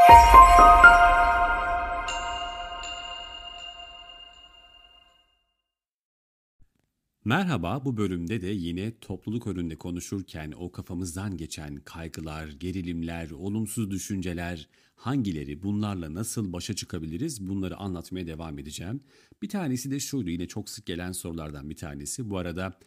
Merhaba, bu bölümde de yine topluluk önünde konuşurken o kafamızdan geçen kaygılar, gerilimler, olumsuz düşünceler hangileri, bunlarla nasıl başa çıkabiliriz bunları anlatmaya devam edeceğim. Bir tanesi de şuydu, yine çok sık gelen sorulardan bir tanesi. Bu arada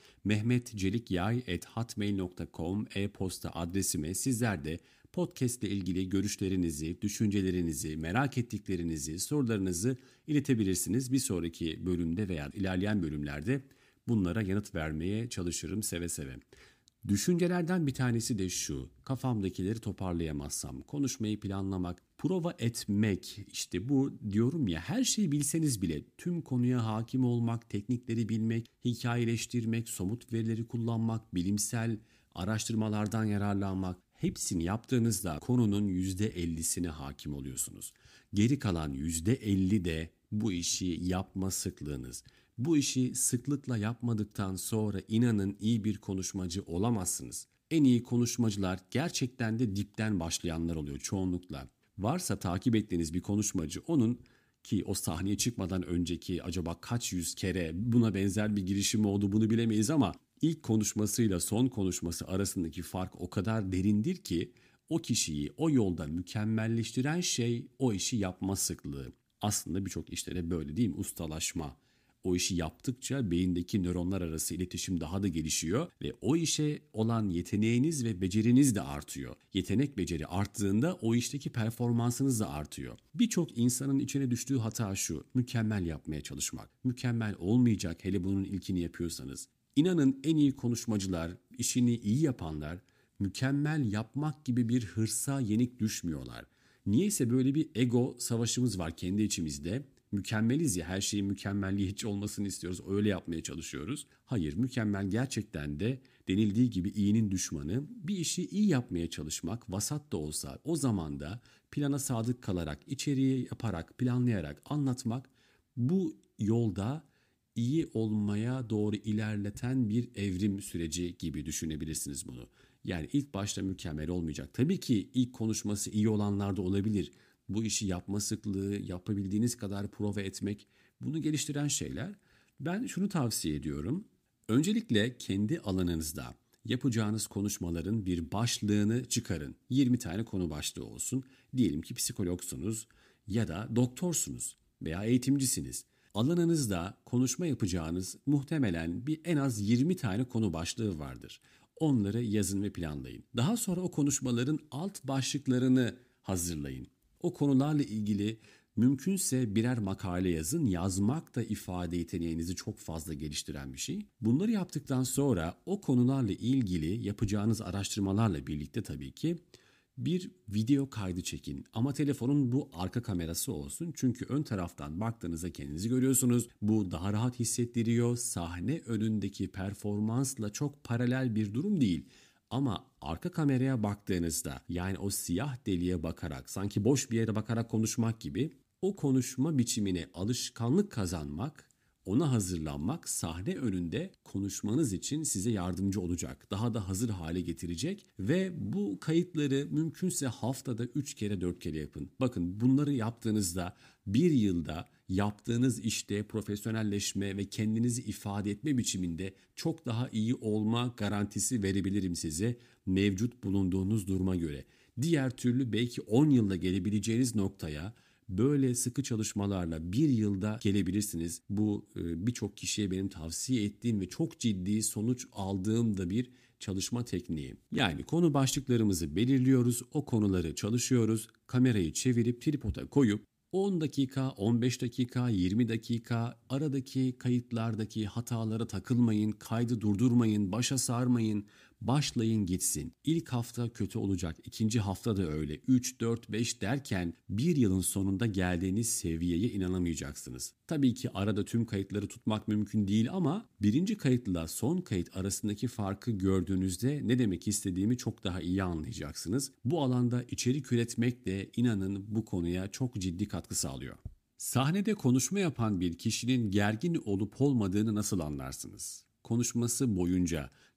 mehmetcelikyay@hotmail.com e-posta adresime sizler de podcast ile ilgili görüşlerinizi, düşüncelerinizi, merak ettiklerinizi, sorularınızı iletebilirsiniz. Bir sonraki bölümde veya ilerleyen bölümlerde bunlara yanıt vermeye çalışırım seve seve. Düşüncelerden bir tanesi de şu: kafamdakileri toparlayamazsam, konuşmayı planlamak, prova etmek, işte bu diyorum ya, her şeyi bilseniz bile tüm konuya hakim olmak, teknikleri bilmek, hikayeleştirmek, somut verileri kullanmak, bilimsel araştırmalardan yararlanmak, hepsini yaptığınızda konunun %50'sine hakim oluyorsunuz. Geri kalan %50 de bu işi yapma sıklığınız. Bu işi sıklıkla yapmadıktan sonra inanın iyi bir konuşmacı olamazsınız. En iyi konuşmacılar gerçekten de dipten başlayanlar oluyor çoğunlukla. Varsa takip ettiğiniz bir konuşmacı, onun ki o sahneye çıkmadan önceki acaba kaç yüz kere buna benzer bir girişim oldu bunu bilemeyiz ama ilk konuşmasıyla son konuşması arasındaki fark o kadar derindir ki o kişiyi o yolda mükemmelleştiren şey o işi yapma sıklığı. Aslında birçok işte de böyle değil mi? Ustalaşma. O işi yaptıkça beyindeki nöronlar arası iletişim daha da gelişiyor ve o işe olan yeteneğiniz ve beceriniz de artıyor. Yetenek beceri arttığında o işteki performansınız da artıyor. Birçok insanın içine düştüğü hata şu: mükemmel yapmaya çalışmak. Mükemmel olmayacak, hele bunun ilkini yapıyorsanız. İnanın en iyi konuşmacılar, işini iyi yapanlar mükemmel yapmak gibi bir hırsa yenik düşmüyorlar. Niyeyse böyle bir ego savaşımız var kendi içimizde. Mükemmeliz ya, her şeyin mükemmelliyetçi olmasını istiyoruz, öyle yapmaya çalışıyoruz. Hayır, mükemmel gerçekten de denildiği gibi iyinin düşmanı. Bir işi iyi yapmaya çalışmak, vasat da olsa o zaman da plana sadık kalarak, içeriği yaparak, planlayarak anlatmak, bu yolda iyi olmaya doğru ilerleten bir evrim süreci gibi düşünebilirsiniz bunu. Yani ilk başta mükemmel olmayacak. Tabii ki ilk konuşması iyi olanlar da olabilir. Bu işi yapma sıklığı, yapabildiğiniz kadar prova etmek, bunu geliştiren şeyler. Ben şunu tavsiye ediyorum. Öncelikle kendi alanınızda yapacağınız konuşmaların bir başlığını çıkarın. 20 tane konu başlığı olsun. Diyelim ki psikologsunuz ya da doktorsunuz veya eğitimcisiniz. Alanınızda konuşma yapacağınız muhtemelen bir en az 20 tane konu başlığı vardır. Onları yazın ve planlayın. Daha sonra o konuşmaların alt başlıklarını hazırlayın. O konularla ilgili mümkünse birer makale yazın. Yazmak da ifade yeteneğinizi çok fazla geliştiren bir şey. Bunları yaptıktan sonra o konularla ilgili yapacağınız araştırmalarla birlikte tabii ki bir video kaydı çekin. Ama telefonun bu arka kamerası olsun. Çünkü ön taraftan baktığınızda kendinizi görüyorsunuz. Bu daha rahat hissettiriyor. Sahne önündeki performansla çok paralel bir durum değil. Ama arka kameraya baktığınızda, yani o siyah deliğe bakarak, sanki boş bir yere bakarak konuşmak gibi, o konuşma biçimine alışkanlık kazanmak, ona hazırlanmak sahne önünde konuşmanız için size yardımcı olacak. Daha da hazır hale getirecek ve bu kayıtları mümkünse haftada 3 kere 4 kere yapın. Bakın, bunları yaptığınızda bir yılda yaptığınız işte profesyonelleşme ve kendinizi ifade etme biçiminde çok daha iyi olma garantisi verebilirim size mevcut bulunduğunuz duruma göre. Diğer türlü belki 10 yılda gelebileceğiniz noktaya böyle sıkı çalışmalarla bir yılda gelebilirsiniz. Bu birçok kişiye benim tavsiye ettiğim ve çok ciddi sonuç aldığım da bir çalışma tekniği. Yani konu başlıklarımızı belirliyoruz, o konuları çalışıyoruz, kamerayı çevirip tripoda koyup 10 dakika, 15 dakika, 20 dakika aradaki kayıtlardaki hatalara takılmayın, kaydı durdurmayın, başa sarmayın, başlayın gitsin. İlk hafta kötü olacak, ikinci hafta da öyle. 3, 4, 5 derken bir yılın sonunda geldiğiniz seviyeye inanamayacaksınız. Tabii ki arada tüm kayıtları tutmak mümkün değil ama birinci kayıtla son kayıt arasındaki farkı gördüğünüzde ne demek istediğimi çok daha iyi anlayacaksınız. Bu alanda içerik üretmek de inanın bu konuya çok ciddi katkı sağlıyor. Sahnede konuşma yapan bir kişinin gergin olup olmadığını nasıl anlarsınız? Konuşması boyunca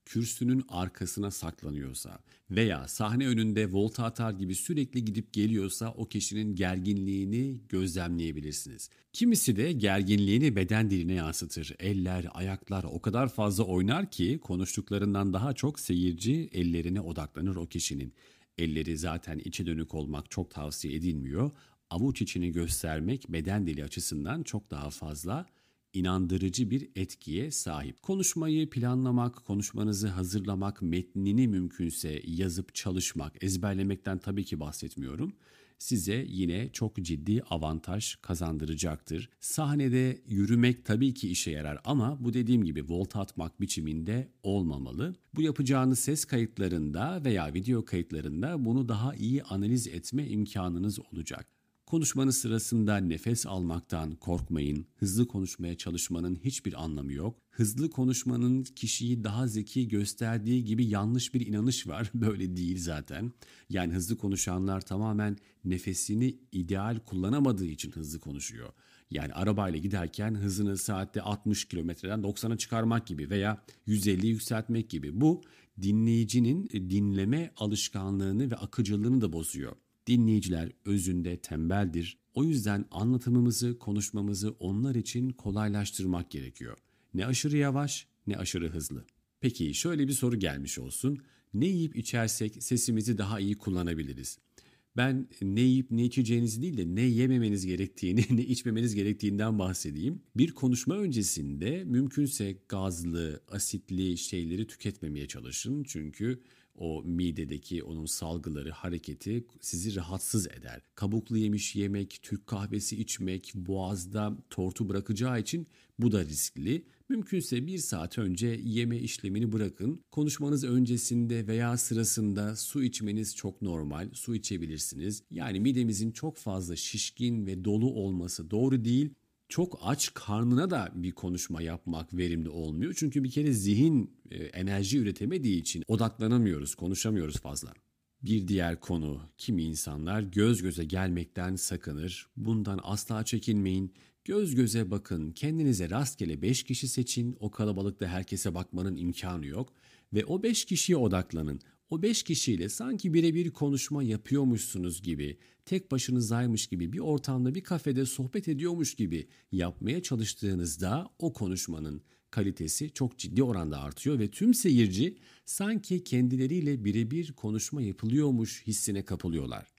kürsünün arkasına saklanıyorsa veya sahne önünde volta atar gibi sürekli gidip geliyorsa o kişinin gerginliğini gözlemleyebilirsiniz. Kimisi de gerginliğini beden diline yansıtır. Eller, ayaklar o kadar fazla oynar ki konuştuklarından daha çok seyirci ellerine odaklanır o kişinin. Elleri zaten içe dönük olmak çok tavsiye edilmiyor. Avuç içini göstermek beden dili açısından çok daha fazla inandırıcı bir etkiye sahip. Konuşmayı planlamak, konuşmanızı hazırlamak, metnini mümkünse yazıp çalışmak, ezberlemekten tabii ki bahsetmiyorum. Size yine çok ciddi avantaj kazandıracaktır. Sahnede yürümek tabii ki işe yarar ama bu dediğim gibi volta atmak biçiminde olmamalı. Bu yapacağınız ses kayıtlarında veya video kayıtlarında bunu daha iyi analiz etme imkanınız olacak. Konuşmanız sırasında nefes almaktan korkmayın. Hızlı konuşmaya çalışmanın hiçbir anlamı yok. Hızlı konuşmanın kişiyi daha zeki gösterdiği gibi yanlış bir inanış var. Böyle değil zaten. Yani hızlı konuşanlar tamamen nefesini ideal kullanamadığı için hızlı konuşuyor. Yani arabayla giderken hızını saatte 60 kilometreden 90'a çıkarmak gibi veya 150 yükseltmek gibi. Bu dinleyicinin dinleme alışkanlığını ve akıcılığını da bozuyor. Dinleyiciler özünde tembeldir. O yüzden anlatımımızı, konuşmamızı onlar için kolaylaştırmak gerekiyor. Ne aşırı yavaş, ne aşırı hızlı. Peki şöyle bir soru gelmiş olsun. Ne yiyip içersek sesimizi daha iyi kullanabiliriz? Ben ne yiyip ne içeceğinizi değil de ne yememeniz gerektiğini, ne içmemeniz gerektiğinden bahsedeyim. Bir konuşma öncesinde mümkünse gazlı, asitli şeyleri tüketmemeye çalışın. Çünkü o midedeki onun salgıları, hareketi sizi rahatsız eder. Kabuklu yemiş yemek, Türk kahvesi içmek boğazda tortu bırakacağı için bu da riskli. Mümkünse 1 saat önce yeme işlemini bırakın. Konuşmanız öncesinde veya sırasında su içmeniz çok normal. Su içebilirsiniz. Yani midemizin çok fazla şişkin ve dolu olması doğru değil. Çok aç karnına da bir konuşma yapmak verimli olmuyor. Çünkü bir kere zihin enerji üretemediği için odaklanamıyoruz, konuşamıyoruz fazla. Bir diğer konu, kimi insanlar göz göze gelmekten sakınır. Bundan asla çekinmeyin. Göz göze bakın, kendinize rastgele 5 kişi seçin. O kalabalıkta herkese bakmanın imkanı yok. Ve o 5 kişiye odaklanın. O 5 kişiyle sanki birebir konuşma yapıyormuşsunuz gibi, tek başınızdaymış gibi, bir ortamda, bir kafede sohbet ediyormuş gibi yapmaya çalıştığınızda o konuşmanın kalitesi çok ciddi oranda artıyor ve tüm seyirci sanki kendileriyle birebir konuşma yapılıyormuş hissine kapılıyorlar.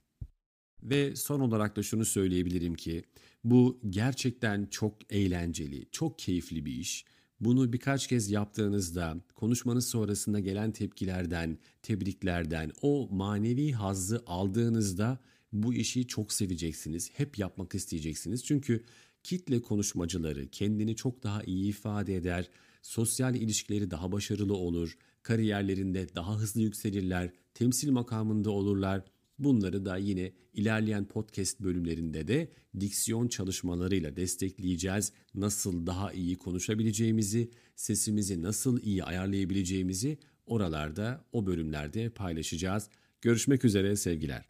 Ve son olarak da şunu söyleyebilirim ki bu gerçekten çok eğlenceli, çok keyifli bir iş. Bunu birkaç kez yaptığınızda konuşmanız sonrasında gelen tepkilerden, tebriklerden, o manevi hazzı aldığınızda bu işi çok seveceksiniz. Hep yapmak isteyeceksiniz. Çünkü kitle konuşmacıları kendini çok daha iyi ifade eder, sosyal ilişkileri daha başarılı olur, kariyerlerinde daha hızlı yükselirler, temsil makamında olurlar. Bunları da yine ilerleyen podcast bölümlerinde de diksiyon çalışmalarıyla destekleyeceğiz. Nasıl daha iyi konuşabileceğimizi, sesimizi nasıl iyi ayarlayabileceğimizi oralarda, o bölümlerde paylaşacağız. Görüşmek üzere, sevgiler.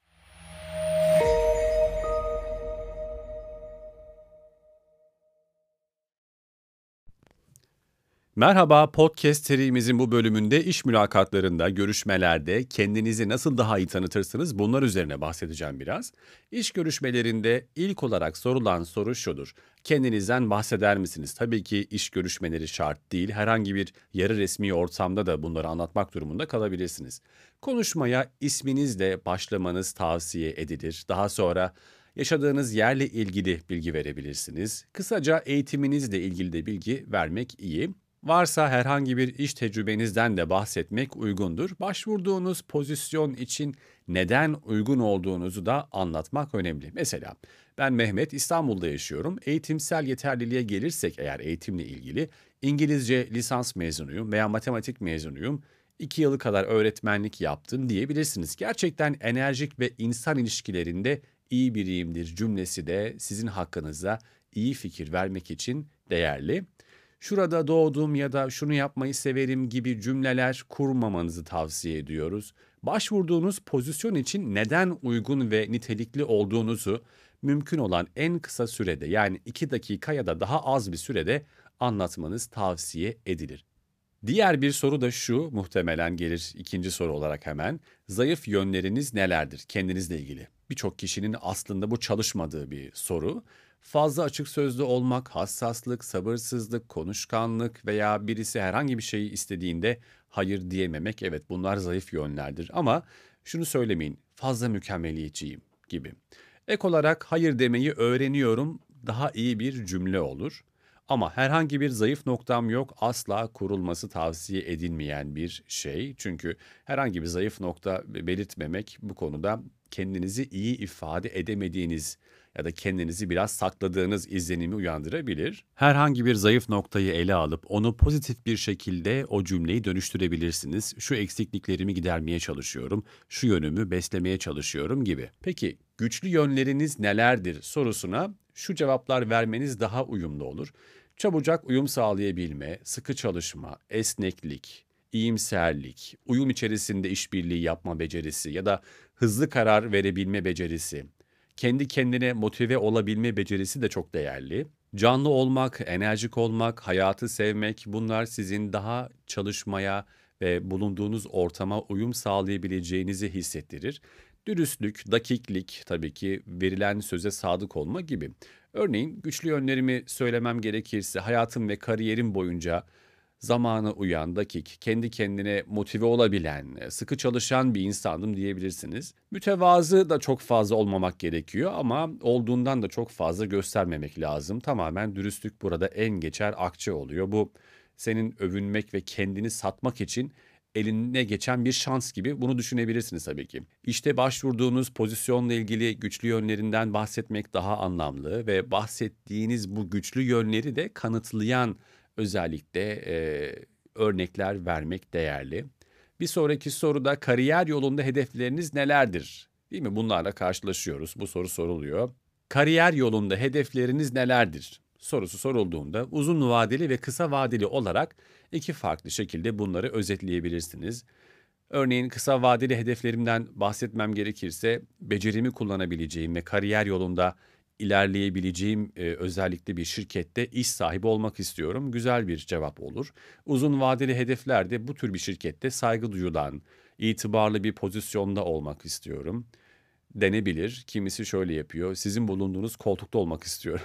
Merhaba, podcast serimizin bu bölümünde iş mülakatlarında, görüşmelerde kendinizi nasıl daha iyi tanıtırsınız bunlar üzerine bahsedeceğim biraz. İş görüşmelerinde ilk olarak sorulan soru şudur. Kendinizden bahseder misiniz? Tabii ki iş görüşmeleri şart değil. Herhangi bir yarı resmi ortamda da bunları anlatmak durumunda kalabilirsiniz. Konuşmaya isminizle başlamanız tavsiye edilir. Daha sonra yaşadığınız yerle ilgili bilgi verebilirsiniz. Kısaca eğitiminizle ilgili de bilgi vermek iyi. Varsa herhangi bir iş tecrübenizden de bahsetmek uygundur. Başvurduğunuz pozisyon için neden uygun olduğunuzu da anlatmak önemli. Mesela ben Mehmet, İstanbul'da yaşıyorum. Eğitimsel yeterliliğe gelirsek eğer eğitimle ilgili İngilizce lisans mezunuyum veya matematik mezunuyum. 2 yılı kadar öğretmenlik yaptım diyebilirsiniz. Gerçekten enerjik ve insan ilişkilerinde iyi biriyimdir cümlesi de sizin hakkınızda iyi fikir vermek için değerli. Şurada doğdum ya da şunu yapmayı severim gibi cümleler kurmamanızı tavsiye ediyoruz. Başvurduğunuz pozisyon için neden uygun ve nitelikli olduğunuzu mümkün olan en kısa sürede yani 2 dakika ya da daha az bir sürede anlatmanız tavsiye edilir. Diğer bir soru da şu, muhtemelen gelir ikinci soru olarak hemen. Zayıf yönleriniz nelerdir kendinizle ilgili? Birçok kişinin aslında bu çalışmadığı bir soru. Fazla açık sözlü olmak, hassaslık, sabırsızlık, konuşkanlık veya birisi herhangi bir şeyi istediğinde hayır diyememek, evet bunlar zayıf yönlerdir. Ama şunu söylemeyin, fazla mükemmeliyetçiyim gibi. Ek olarak hayır demeyi öğreniyorum daha iyi bir cümle olur. Ama herhangi bir zayıf noktam yok, asla kurulması tavsiye edilmeyen bir şey. Çünkü herhangi bir zayıf nokta belirtmemek bu konuda kendinizi iyi ifade edemediğiniz ya da kendinizi biraz sakladığınız izlenimi uyandırabilir. Herhangi bir zayıf noktayı ele alıp onu pozitif bir şekilde o cümleyi dönüştürebilirsiniz. Şu eksikliklerimi gidermeye çalışıyorum, şu yönümü beslemeye çalışıyorum gibi. Peki güçlü yönleriniz nelerdir sorusuna şu cevaplar vermeniz daha uyumlu olur. Çabucak uyum sağlayabilme, sıkı çalışma, esneklik, iyimserlik, uyum içerisinde işbirliği yapma becerisi ya da hızlı karar verebilme becerisi, kendi kendine motive olabilme becerisi de çok değerli. Canlı olmak, enerjik olmak, hayatı sevmek bunlar sizin daha çalışmaya ve bulunduğunuz ortama uyum sağlayabileceğinizi hissettirir. Dürüstlük, dakiklik, tabii ki verilen söze sadık olma gibi. Örneğin güçlü yönlerimi söylemem gerekirse hayatım ve kariyerim boyunca zamana uyan, dakik, kendi kendine motive olabilen, sıkı çalışan bir insandım diyebilirsiniz. Mütevazı da çok fazla olmamak gerekiyor ama olduğundan da çok fazla göstermemek lazım. Tamamen dürüstlük burada en geçer akçe oluyor. Bu senin övünmek ve kendini satmak için eline geçen bir şans gibi bunu düşünebilirsiniz tabii ki. İşte başvurduğunuz pozisyonla ilgili güçlü yönlerinden bahsetmek daha anlamlı ve bahsettiğiniz bu güçlü yönleri de kanıtlayan özellikle örnekler vermek değerli. Bir sonraki soruda kariyer yolunda hedefleriniz nelerdir? Değil mi? Bunlarla karşılaşıyoruz. Bu soru soruluyor. Kariyer yolunda hedefleriniz nelerdir? Sorusu sorulduğunda uzun vadeli ve kısa vadeli olarak iki farklı şekilde bunları özetleyebilirsiniz. Örneğin kısa vadeli hedeflerimden bahsetmem gerekirse becerimi kullanabileceğim ve kariyer yolunda ilerleyebileceğim özellikle bir şirkette iş sahibi olmak istiyorum. Güzel bir cevap olur. Uzun vadeli hedeflerde bu tür bir şirkette saygı duyulan, itibarlı bir pozisyonda olmak istiyorum denebilir. Kimisi şöyle yapıyor. Sizin bulunduğunuz koltukta olmak istiyorum.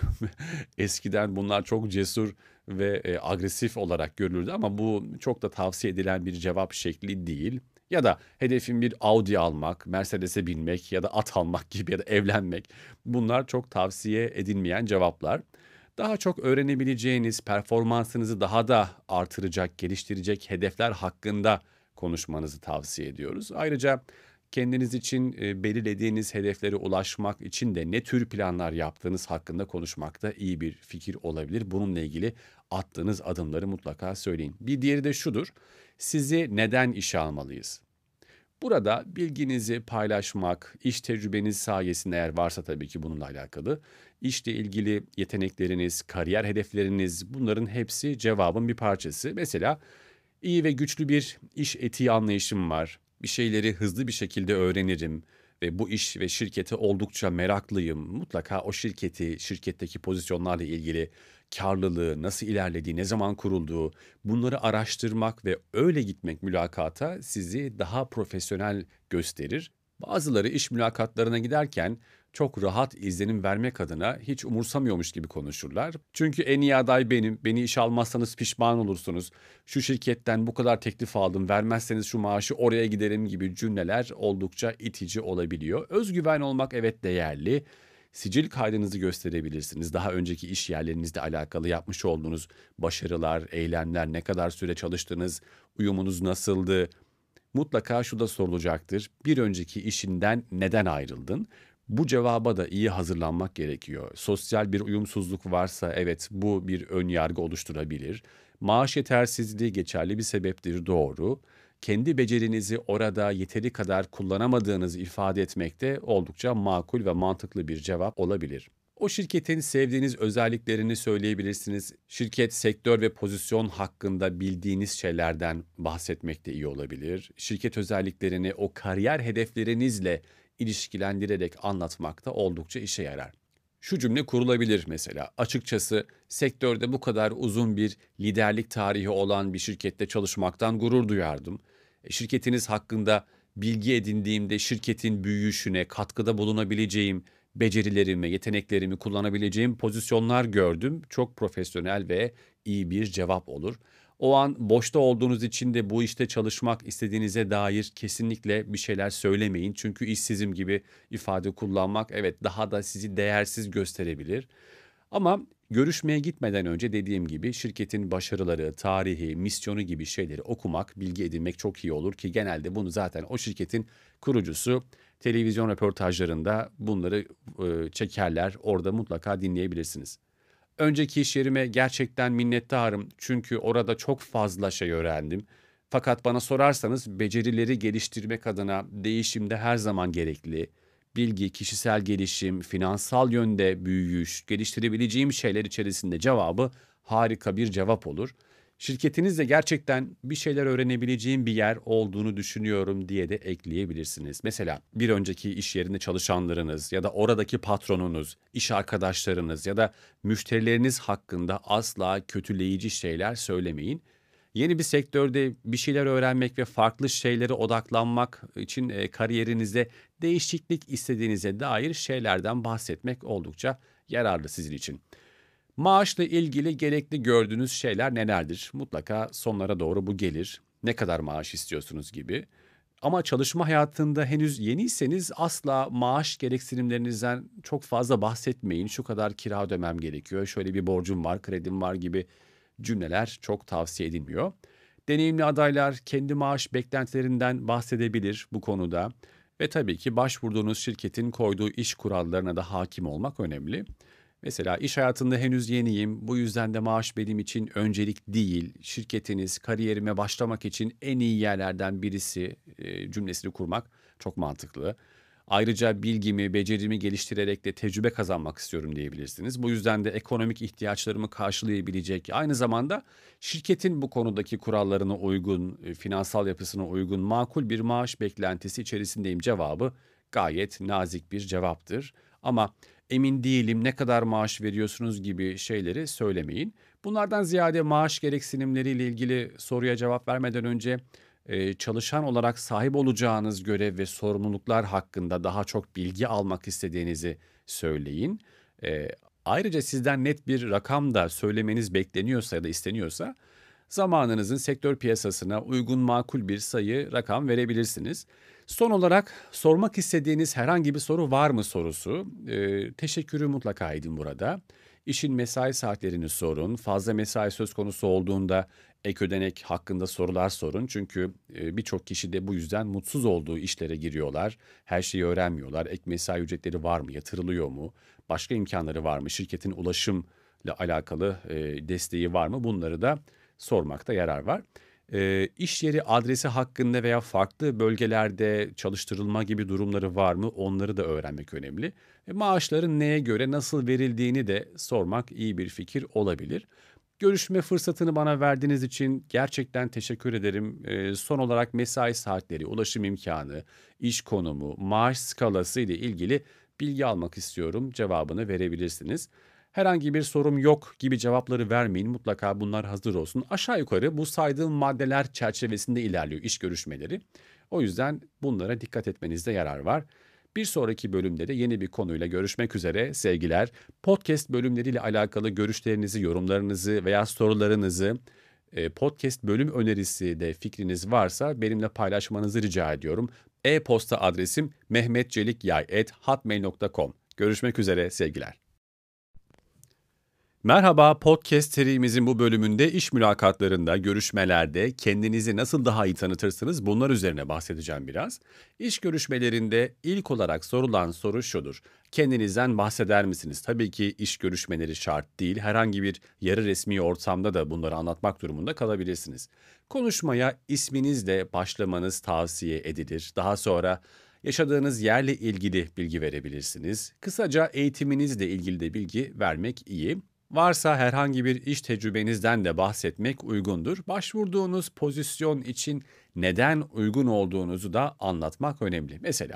Eskiden bunlar çok cesur ve agresif olarak görülürdü ama bu çok da tavsiye edilen bir cevap şekli değil. Ya da hedefin bir Audi almak, Mercedes'e binmek ya da at almak gibi ya da evlenmek. Bunlar çok tavsiye edilmeyen cevaplar. Daha çok öğrenebileceğiniz, performansınızı daha da artıracak, geliştirecek hedefler hakkında konuşmanızı tavsiye ediyoruz. Ayrıca kendiniz için belirlediğiniz hedeflere ulaşmak için de ne tür planlar yaptığınız hakkında konuşmak da iyi bir fikir olabilir. Bununla ilgili attığınız adımları mutlaka söyleyin. Bir diğeri de şudur. Sizi neden işe almalıyız? Burada bilginizi paylaşmak, iş tecrübeniz sayesinde eğer varsa tabii ki bununla alakalı, işle ilgili yetenekleriniz, kariyer hedefleriniz bunların hepsi cevabın bir parçası. Mesela iyi ve güçlü bir iş etiği anlayışım var. Bir şeyleri hızlı bir şekilde öğrenirim ve bu iş ve şirkete oldukça meraklıyım. Mutlaka o şirketi, şirketteki pozisyonlarla ilgili karlılığı, nasıl ilerlediği, ne zaman kurulduğu, bunları araştırmak ve öyle gitmek mülakata sizi daha profesyonel gösterir. Bazıları iş mülakatlarına giderken çok rahat izlenim vermek adına hiç umursamıyormuş gibi konuşurlar. Çünkü en iyi aday benim, beni işe almazsanız pişman olursunuz. Şu şirketten bu kadar teklif aldım, vermezseniz şu maaşı oraya giderim gibi cümleler oldukça itici olabiliyor. Özgüven olmak evet değerli. Sicil kaydınızı gösterebilirsiniz. Daha önceki iş yerlerinizle alakalı yapmış olduğunuz başarılar, eylemler, ne kadar süre çalıştınız, uyumunuz nasıldı? Mutlaka şu da sorulacaktır. Bir önceki işinden neden ayrıldın? Bu cevaba da iyi hazırlanmak gerekiyor. Sosyal bir uyumsuzluk varsa evet bu bir ön yargı oluşturabilir. Maaş yetersizliği geçerli bir sebeptir, doğru. Kendi becerinizi orada yeteri kadar kullanamadığınızı ifade etmek de oldukça makul ve mantıklı bir cevap olabilir. O şirketin sevdiğiniz özelliklerini söyleyebilirsiniz. Şirket, sektör ve pozisyon hakkında bildiğiniz şeylerden bahsetmek de iyi olabilir. Şirket özelliklerini o kariyer hedeflerinizle ilişkilendirerek anlatmak da oldukça işe yarar. Şu cümle kurulabilir mesela. Açıkçası sektörde bu kadar uzun bir liderlik tarihi olan bir şirkette çalışmaktan gurur duyardım. Şirketiniz hakkında bilgi edindiğimde şirketin büyüyüşüne katkıda bulunabileceğim, becerilerimi, yeteneklerimi kullanabileceğim pozisyonlar gördüm. Çok profesyonel ve iyi bir cevap olur. O an boşta olduğunuz için de bu işte çalışmak istediğinize dair kesinlikle bir şeyler söylemeyin. Çünkü işsizim gibi ifade kullanmak evet daha da sizi değersiz gösterebilir. Ama görüşmeye gitmeden önce dediğim gibi şirketin başarıları, tarihi, misyonu gibi şeyleri okumak, bilgi edinmek çok iyi olur ki genelde bunu zaten o şirketin kurucusu televizyon röportajlarında bunları çekerler. Orada mutlaka dinleyebilirsiniz. Önceki iş yerime gerçekten minnettarım çünkü orada çok fazla şey öğrendim. Fakat bana sorarsanız becerileri geliştirmek adına değişimde her zaman gerekli. Bilgi, kişisel gelişim, finansal yönde büyüyüş, geliştirebileceğim şeyler içerisinde cevabı harika bir cevap olur. Şirketinizde gerçekten bir şeyler öğrenebileceğim bir yer olduğunu düşünüyorum diye de ekleyebilirsiniz. Mesela bir önceki iş yerinde çalışanlarınız ya da oradaki patronunuz, iş arkadaşlarınız ya da müşterileriniz hakkında asla kötüleyici şeyler söylemeyin. Yeni bir sektörde bir şeyler öğrenmek ve farklı şeylere odaklanmak için kariyerinizde değişiklik istediğinize dair şeylerden bahsetmek oldukça yararlı sizin için. Maaşla ilgili gerekli gördüğünüz şeyler nelerdir? Mutlaka sonlara doğru bu gelir. Ne kadar maaş istiyorsunuz gibi. Ama çalışma hayatında henüz yeniyseniz asla maaş gereksinimlerinizden çok fazla bahsetmeyin. Şu kadar kira ödemem gerekiyor, şöyle bir borcum var, kredim var gibi cümleler çok tavsiye edilmiyor. Deneyimli adaylar kendi maaş beklentilerinden bahsedebilir bu konuda. Ve tabii ki başvurduğunuz şirketin koyduğu iş kurallarına da hakim olmak önemli. Mesela iş hayatında henüz yeniyim, bu yüzden de maaş benim için öncelik değil. Şirketiniz kariyerime başlamak için en iyi yerlerden birisi cümlesini kurmak çok mantıklı. Ayrıca bilgimi, becerimi geliştirerek de tecrübe kazanmak istiyorum diyebilirsiniz. Bu yüzden de ekonomik ihtiyaçlarımı karşılayabilecek, aynı zamanda şirketin bu konudaki kurallarına uygun, finansal yapısına uygun makul bir maaş beklentisi içerisindeyim cevabı gayet nazik bir cevaptır. Ama emin değilim ne kadar maaş veriyorsunuz gibi şeyleri söylemeyin. Bunlardan ziyade maaş gereksinimleriyle ilgili soruya cevap vermeden önce çalışan olarak sahip olacağınız görev ve sorumluluklar hakkında daha çok bilgi almak istediğinizi söyleyin. E, Ayrıca sizden net bir rakam da söylemeniz bekleniyorsa ya da isteniyorsa zamanınızın sektör piyasasına uygun makul bir sayı rakam verebilirsiniz. Son olarak sormak istediğiniz herhangi bir soru var mı sorusu. Teşekkürü mutlaka edin burada. İşin mesai saatlerini sorun. Fazla mesai söz konusu olduğunda ek ödenek hakkında sorular sorun. Çünkü birçok kişi de bu yüzden mutsuz olduğu işlere giriyorlar. Her şeyi öğrenmiyorlar. Ek mesai ücretleri var mı? Yatırılıyor mu? Başka imkanları var mı? Şirketin ulaşımla alakalı desteği var mı? Bunları da sormakta yarar var. İş yeri adresi hakkında veya farklı bölgelerde çalıştırılma gibi durumları var mı? Onları da öğrenmek önemli. Maaşların neye göre nasıl verildiğini de sormak iyi bir fikir olabilir. Görüşme fırsatını bana verdiğiniz için gerçekten teşekkür ederim. Son olarak mesai saatleri, ulaşım imkanı, iş konumu, maaş skalası ile ilgili bilgi almak istiyorum. Cevabını verebilirsiniz. Herhangi bir sorum yok gibi cevapları vermeyin. Mutlaka bunlar hazır olsun. Aşağı yukarı bu saydığım maddeler çerçevesinde ilerliyor iş görüşmeleri. O yüzden bunlara dikkat etmenizde yarar var. Bir sonraki bölümde de yeni bir konuyla görüşmek üzere sevgiler. Podcast bölümleriyle alakalı görüşlerinizi, yorumlarınızı veya sorularınızı podcast bölüm önerisi de fikriniz varsa benimle paylaşmanızı rica ediyorum. E-posta adresim mehmetcelikyay@hotmail.com. Görüşmek üzere sevgiler. Merhaba, podcast serimizin bu bölümünde iş mülakatlarında, görüşmelerde kendinizi nasıl daha iyi tanıtırsınız bunlar üzerine bahsedeceğim biraz. İş görüşmelerinde ilk olarak sorulan soru şudur. Kendinizden bahseder misiniz? Tabii ki iş görüşmeleri şart değil. Herhangi bir yarı resmi ortamda da bunları anlatmak durumunda kalabilirsiniz. Konuşmaya isminizle başlamanız tavsiye edilir. Daha sonra yaşadığınız yerle ilgili bilgi verebilirsiniz. Kısaca eğitiminizle ilgili de bilgi vermek iyi. Varsa herhangi bir iş tecrübenizden de bahsetmek uygundur. Başvurduğunuz pozisyon için neden uygun olduğunuzu da anlatmak önemli. Mesela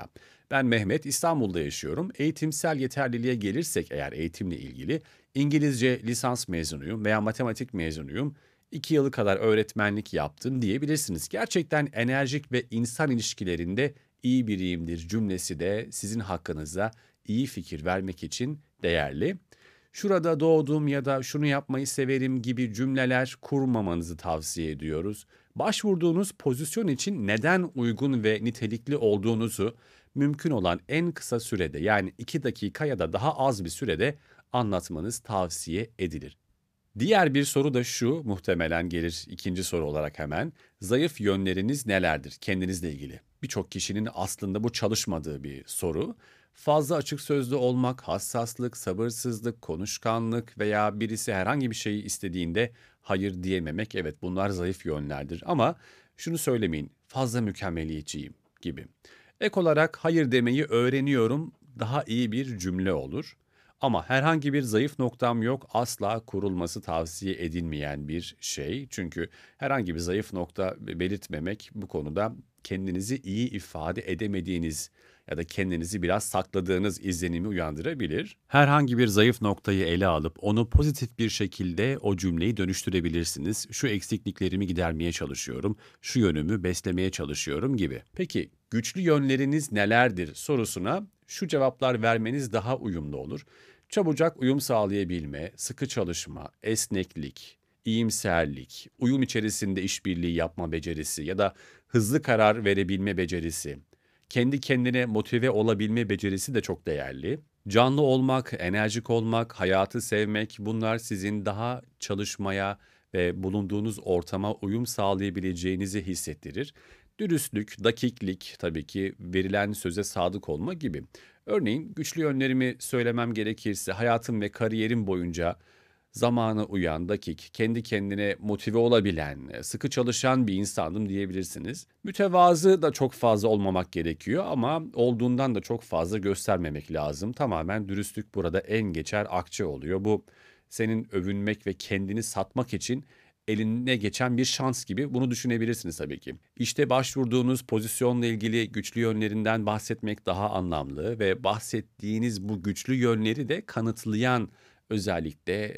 Ben Mehmet, İstanbul'da yaşıyorum. Eğitimsel yeterliliğe gelirsek eğer eğitimle ilgili İngilizce lisans mezunuyum veya matematik mezunuyum. 2 yılı kadar öğretmenlik yaptım diyebilirsiniz. Gerçekten enerjik ve insan ilişkilerinde iyi biriyimdir cümlesi de sizin hakkınızda iyi fikir vermek için değerli. Şurada doğdum ya da şunu yapmayı severim gibi cümleler kurmamanızı tavsiye ediyoruz. Başvurduğunuz pozisyon için neden uygun ve nitelikli olduğunuzu mümkün olan en kısa sürede, yani 2 dakika ya da daha az bir sürede anlatmanız tavsiye edilir. Diğer bir soru da şu, muhtemelen gelir ikinci soru olarak hemen. Zayıf yönleriniz nelerdir kendinizle ilgili? Birçok kişinin aslında bu çalışmadığı bir soru. Fazla açık sözlü olmak, hassaslık, sabırsızlık, konuşkanlık veya birisi herhangi bir şeyi istediğinde hayır diyememek, evet bunlar zayıf yönlerdir. Ama şunu söylemeyin, fazla mükemmeliyetçiyim gibi. Ek olarak hayır demeyi öğreniyorum daha iyi bir cümle olur. Ama herhangi bir zayıf noktam yok, asla kurulması tavsiye edilmeyen bir şey. Çünkü herhangi bir zayıf nokta belirtmemek bu konuda kendinizi iyi ifade edemediğiniz ya da kendinizi biraz sakladığınız izlenimi uyandırabilir. Herhangi bir zayıf noktayı ele alıp onu pozitif bir şekilde o cümleyi dönüştürebilirsiniz. Şu eksikliklerimi gidermeye çalışıyorum, şu yönümü beslemeye çalışıyorum gibi. Peki güçlü yönleriniz nelerdir sorusuna şu cevaplar vermeniz daha uyumlu olur. Çabucak uyum sağlayabilme, sıkı çalışma, esneklik, iyimserlik, uyum içerisinde işbirliği yapma becerisi ya da hızlı karar verebilme becerisi, kendi kendine motive olabilme becerisi de çok değerli. Canlı olmak, enerjik olmak, hayatı sevmek bunlar sizin daha çalışmaya ve bulunduğunuz ortama uyum sağlayabileceğinizi hissettirir. Dürüstlük, dakiklik, tabii ki verilen söze sadık olma gibi. Örneğin güçlü yönlerimi söylemem gerekirse hayatım ve kariyerim boyunca zamana uyan, dakik, kendi kendine motive olabilen, sıkı çalışan bir insandım diyebilirsiniz. Mütevazı da çok fazla olmamak gerekiyor ama olduğundan da çok fazla göstermemek lazım. Tamamen dürüstlük burada en geçer akçe oluyor. Bu senin övünmek ve kendini satmak için eline geçen bir şans gibi bunu düşünebilirsiniz tabii ki. İşte başvurduğunuz pozisyonla ilgili güçlü yönlerinden bahsetmek daha anlamlı ve bahsettiğiniz bu güçlü yönleri de kanıtlayan özellikle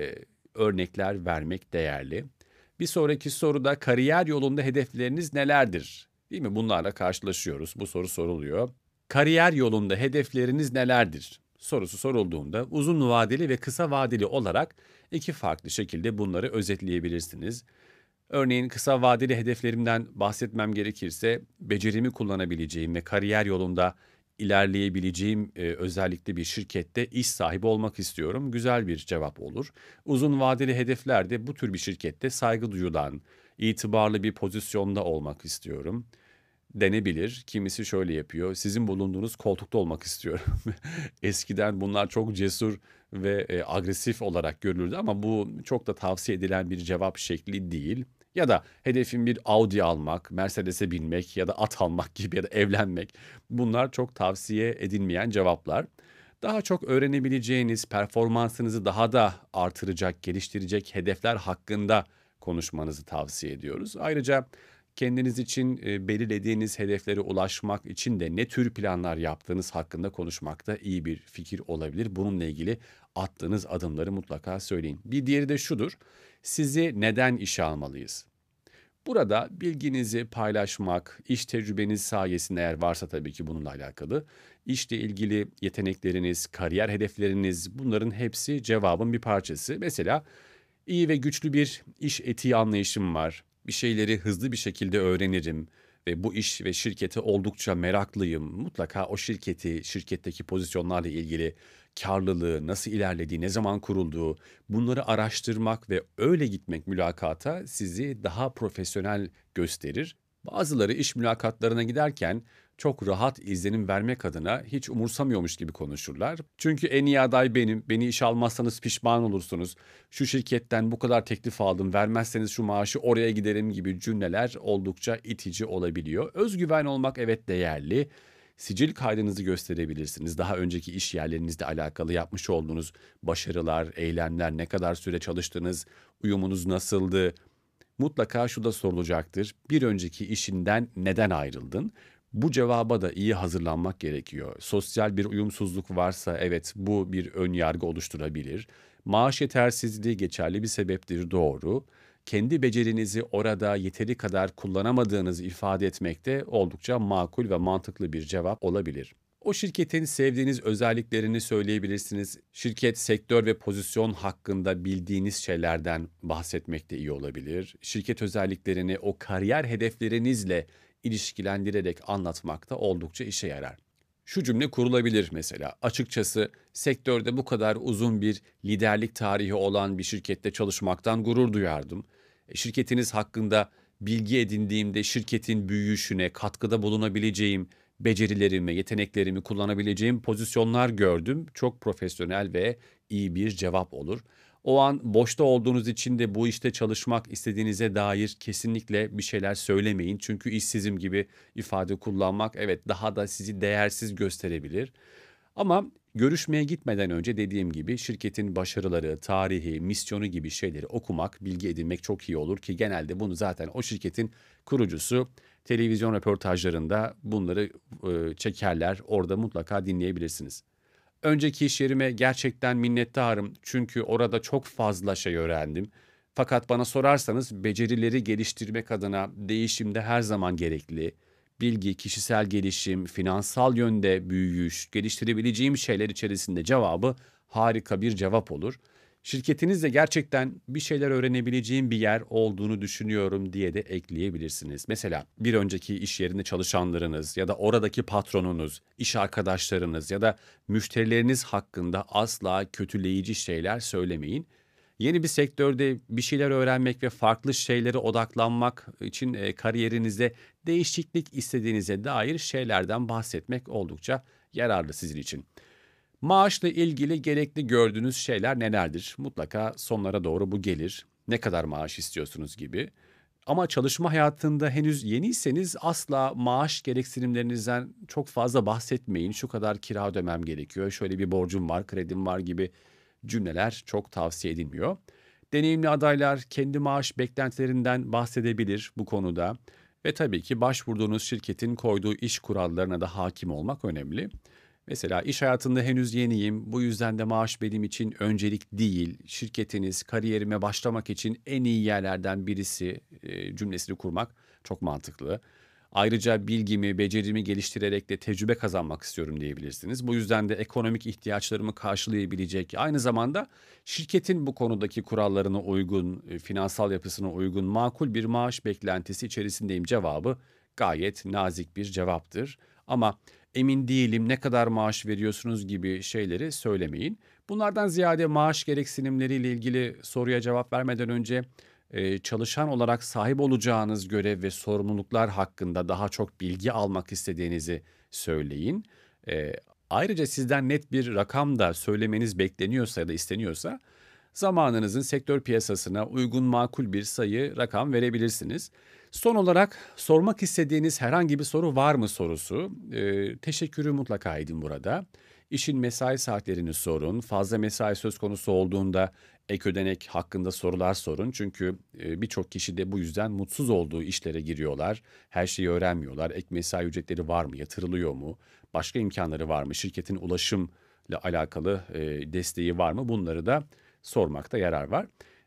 örnekler vermek değerli. Bir sonraki soruda kariyer yolunda hedefleriniz nelerdir? Değil mi? Bunlarla karşılaşıyoruz. Bu soru soruluyor. Kariyer yolunda hedefleriniz nelerdir? Sorusu sorulduğunda uzun vadeli ve kısa vadeli olarak iki farklı şekilde bunları özetleyebilirsiniz. Örneğin kısa vadeli hedeflerimden bahsetmem gerekirse becerimi kullanabileceğim ve kariyer yolunda ilerleyebileceğim özellikle bir şirkette iş sahibi olmak istiyorum. Güzel bir cevap olur. Uzun vadeli hedeflerde bu tür bir şirkette saygı duyulan, itibarlı bir pozisyonda olmak istiyorum denebilir. Kimisi şöyle yapıyor. Sizin bulunduğunuz koltukta olmak istiyorum. Eskiden bunlar çok cesur ve agresif olarak görülürdü ama bu çok da tavsiye edilen bir cevap şekli değil. Ya da hedefin bir Audi almak, Mercedes'e binmek ya da at almak gibi ya da evlenmek. Bunlar çok tavsiye edilmeyen cevaplar. Daha çok öğrenebileceğiniz, performansınızı daha da artıracak, geliştirecek hedefler hakkında konuşmanızı tavsiye ediyoruz. Ayrıca kendiniz için belirlediğiniz hedeflere ulaşmak için de ne tür planlar yaptığınız hakkında konuşmak da iyi bir fikir olabilir. Bununla ilgili attığınız adımları mutlaka söyleyin. Bir diğeri de şudur. Sizi neden işe almalıyız? Burada bilginizi paylaşmak, iş tecrübeniz sayesinde eğer varsa tabii ki bununla alakalı, işle ilgili yetenekleriniz, kariyer hedefleriniz bunların hepsi cevabın bir parçası. Mesela iyi ve güçlü bir iş etiği anlayışım var. Bir şeyleri hızlı bir şekilde öğrenirim ve bu iş ve şirkete oldukça meraklıyım. Mutlaka o şirketi, şirketteki pozisyonlarla ilgili karlılığı, nasıl ilerlediği, ne zaman kurulduğu bunları araştırmak ve öyle gitmek mülakata sizi daha profesyonel gösterir. Bazıları iş mülakatlarına giderken çok rahat izlenim vermek adına hiç umursamıyormuş gibi konuşurlar. Çünkü en iyi aday benim, beni işe almazsanız pişman olursunuz. Şu şirketten bu kadar teklif aldım, vermezseniz şu maaşı oraya giderim gibi cümleler oldukça itici olabiliyor. Özgüven olmak evet değerli. Sicil kaydınızı gösterebilirsiniz. Daha önceki iş yerlerinizle alakalı yapmış olduğunuz başarılar, eylemler, ne kadar süre çalıştınız, uyumunuz nasıldı? Mutlaka şu da sorulacaktır. Bir önceki işinden neden ayrıldın? Bu cevaba da iyi hazırlanmak gerekiyor. Sosyal bir uyumsuzluk varsa evet bu bir ön yargı oluşturabilir. Maaş yetersizliği geçerli bir sebeptir, doğru. Kendi becerinizi orada yeteri kadar kullanamadığınızı ifade etmek de oldukça makul ve mantıklı bir cevap olabilir. O şirketin sevdiğiniz özelliklerini söyleyebilirsiniz. Şirket, sektör ve pozisyon hakkında bildiğiniz şeylerden bahsetmek de iyi olabilir. Şirket özelliklerini o kariyer hedeflerinizle ilişkilendirerek anlatmak da oldukça işe yarar. Şu cümle kurulabilir mesela. Açıkçası sektörde bu kadar uzun bir liderlik tarihi olan bir şirkette çalışmaktan gurur duyardım. Şirketiniz hakkında bilgi edindiğimde şirketin büyüyüşüne katkıda bulunabileceğim, becerilerimi, yeteneklerimi kullanabileceğim pozisyonlar gördüm. Çok profesyonel ve iyi bir cevap olur. O an boşta olduğunuz için de bu işte çalışmak istediğinize dair kesinlikle bir şeyler söylemeyin. Çünkü işsizim gibi ifade kullanmak evet daha da sizi değersiz gösterebilir. Ama görüşmeye gitmeden önce dediğim gibi şirketin başarıları, tarihi, misyonu gibi şeyleri okumak, bilgi edinmek çok iyi olur ki genelde bunu zaten o şirketin kurucusu televizyon röportajlarında bunları çekerler. Orada mutlaka dinleyebilirsiniz. Önceki iş yerime gerçekten minnettarım çünkü orada çok fazla şey öğrendim. Fakat bana sorarsanız becerileri geliştirmek adına değişim de her zaman gerekli. Bilgi, kişisel gelişim, finansal yönde büyüyüş, geliştirebileceğim şeyler içerisinde cevabı harika bir cevap olur. Şirketinizde gerçekten bir şeyler öğrenebileceğim bir yer olduğunu düşünüyorum diye de ekleyebilirsiniz. Mesela bir önceki iş yerinde çalışanlarınız ya da oradaki patronunuz, iş arkadaşlarınız ya da müşterileriniz hakkında asla kötüleyici şeyler söylemeyin. Yeni bir sektörde bir şeyler öğrenmek ve farklı şeylere odaklanmak için kariyerinizde değişiklik istediğinize dair şeylerden bahsetmek oldukça yararlı sizin için. Maaşla ilgili gerekli gördüğünüz şeyler nelerdir? Mutlaka sonlara doğru bu gelir. Ne kadar maaş istiyorsunuz gibi. Ama çalışma hayatında henüz yeniyseniz asla maaş gereksinimlerinizden çok fazla bahsetmeyin. Şu kadar kira ödemem gerekiyor, şöyle bir borcum var, kredim var gibi cümleler çok tavsiye edilmiyor. Deneyimli adaylar kendi maaş beklentilerinden bahsedebilir bu konuda. Ve tabii ki başvurduğunuz şirketin koyduğu iş kurallarına da hakim olmak önemli. Mesela iş hayatında henüz yeniyim, bu yüzden de maaş benim için öncelik değil. Şirketiniz kariyerime başlamak için en iyi yerlerden birisi cümlesini kurmak çok mantıklı. Ayrıca bilgimi, becerimi geliştirerek de tecrübe kazanmak istiyorum diyebilirsiniz. Bu yüzden de ekonomik ihtiyaçlarımı karşılayabilecek, aynı zamanda şirketin bu konudaki kurallarına uygun, finansal yapısına uygun makul bir maaş beklentisi içerisindeyim cevabı gayet nazik bir cevaptır. Ama emin değilim ne kadar maaş veriyorsunuz gibi şeyleri söylemeyin. Bunlardan ziyade maaş gereksinimleriyle ilgili soruya cevap vermeden önce çalışan olarak sahip olacağınız görev ve sorumluluklar hakkında daha çok bilgi almak istediğinizi söyleyin. E, Ayrıca sizden net bir rakam da söylemeniz bekleniyorsa ya da isteniyorsa zamanınızın sektör piyasasına uygun makul bir sayı rakam verebilirsiniz. Son olarak sormak istediğiniz herhangi bir soru var mı sorusu. Teşekkürü mutlaka edin burada. İşin mesai saatlerini sorun. Fazla mesai söz konusu olduğunda ek ödenek hakkında sorular sorun. Çünkü birçok kişi de bu yüzden mutsuz olduğu işlere giriyorlar. Her şeyi öğrenmiyorlar. Ek mesai ücretleri var mı? Yatırılıyor mu? Başka imkanları var mı? Şirketin ulaşımla alakalı desteği var mı? Bunları da sormakta yarar var.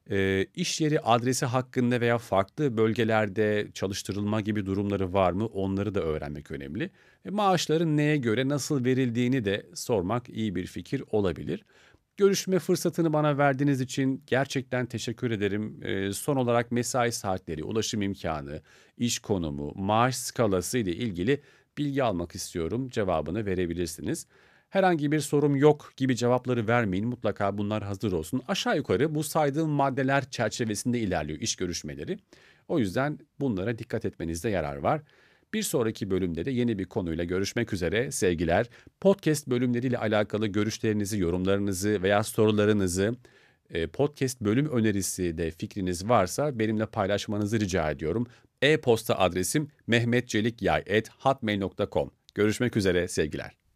İş yeri adresi hakkında veya farklı bölgelerde çalıştırılma gibi durumları var mı? Onları da öğrenmek önemli. Maaşların neye göre nasıl verildiğini de sormak iyi bir fikir olabilir. Görüşme fırsatını bana verdiğiniz için gerçekten teşekkür ederim. Son olarak mesai saatleri, ulaşım imkanı, iş konumu, maaş skalası ile ilgili bilgi almak istiyorum. Cevabını verebilirsiniz. Herhangi bir sorum yok gibi cevapları vermeyin. Mutlaka bunlar hazır olsun. Aşağı yukarı bu saydığım maddeler çerçevesinde ilerliyor iş görüşmeleri. O yüzden bunlara dikkat etmenizde yarar var. Bir sonraki bölümde de yeni bir konuyla görüşmek üzere. Sevgiler. Podcast bölümleriyle alakalı görüşlerinizi, yorumlarınızı veya sorularınızı, podcast bölüm önerisi de fikriniz varsa benimle paylaşmanızı rica ediyorum. E-posta adresim mehmetçelikyay@hotmail.com. Görüşmek üzere sevgiler.